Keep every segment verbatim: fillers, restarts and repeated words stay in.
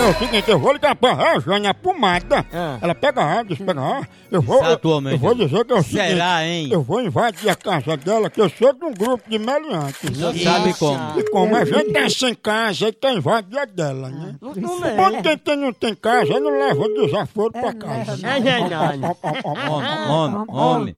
é o seguinte, eu vou ligar pra Rejane, a pomada. Ah. Ela pega a rádio, pega a rádio. Eu vou, eu, Exatamente. eu vou dizer que é o seguinte. Será, hein? Eu vou invadir a casa dela, que eu sou de um grupo de meliantes. Não E- sabe como. E como a gente tá sem casa, aí tá invadindo a dela, né? Não, não Quando é. quem tem, não tem casa, não leva o desaforo pra casa. É verdade. Homem, homem, homem.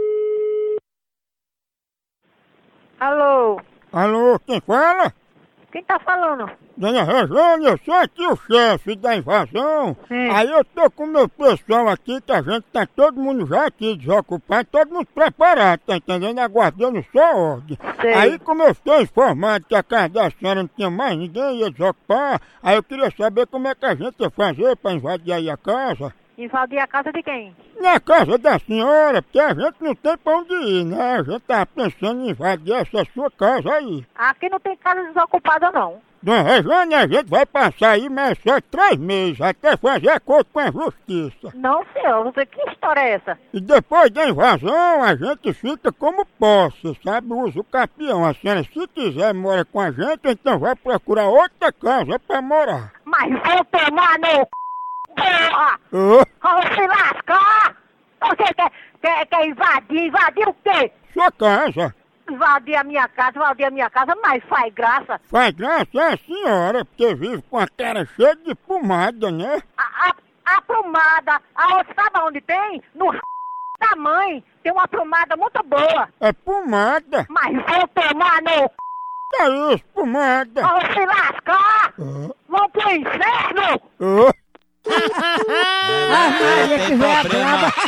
Alô, Alô, quem fala? quem tá falando? Dona Rejane, eu sou aqui o chefe da invasão. Sim. Aí eu tô com o meu pessoal aqui, que a gente tá todo mundo já aqui desocupado, todo mundo preparado, tá entendendo? Aguardando só ordem. Sei. Aí como eu fiquei informado que a casa da senhora não tinha mais ninguém, ia desocupar, aí eu queria saber como é que a gente ia fazer pra invadir aí a casa. Invadir a casa de quem? Na casa da senhora, porque a gente não tem pra onde ir, né? A gente tá pensando em invadir essa sua casa aí. Aqui não tem casa desocupada, não. Dona Rejane, a gente vai passar aí, mas só três meses, até fazer acordo com a justiça. Não, senhor. Você, que história é essa? E depois da invasão, a gente fica como posse, sabe? Usa o capião. A senhora, se quiser, mora com a gente, então vai procurar outra casa pra morar. Mas vou tomar no c... porra! Ô, Vou se lascar! Você quer, quer, quer invadir? Invadir o quê? sua casa. Invadir a minha casa, invadir a minha casa, mas faz graça. Faz graça é a senhora, porque vive com a cara cheia de pomada, né? A, a, a plumada, a outra, sabe onde tem? No r... da mãe, tem uma plumada muito boa. É pomada. Mas vou tomar no c... Que é isso, pomada? Vou se lascar! Ô, Vou pro inferno! ô. Ah, Maria, que tem véia problema. braba.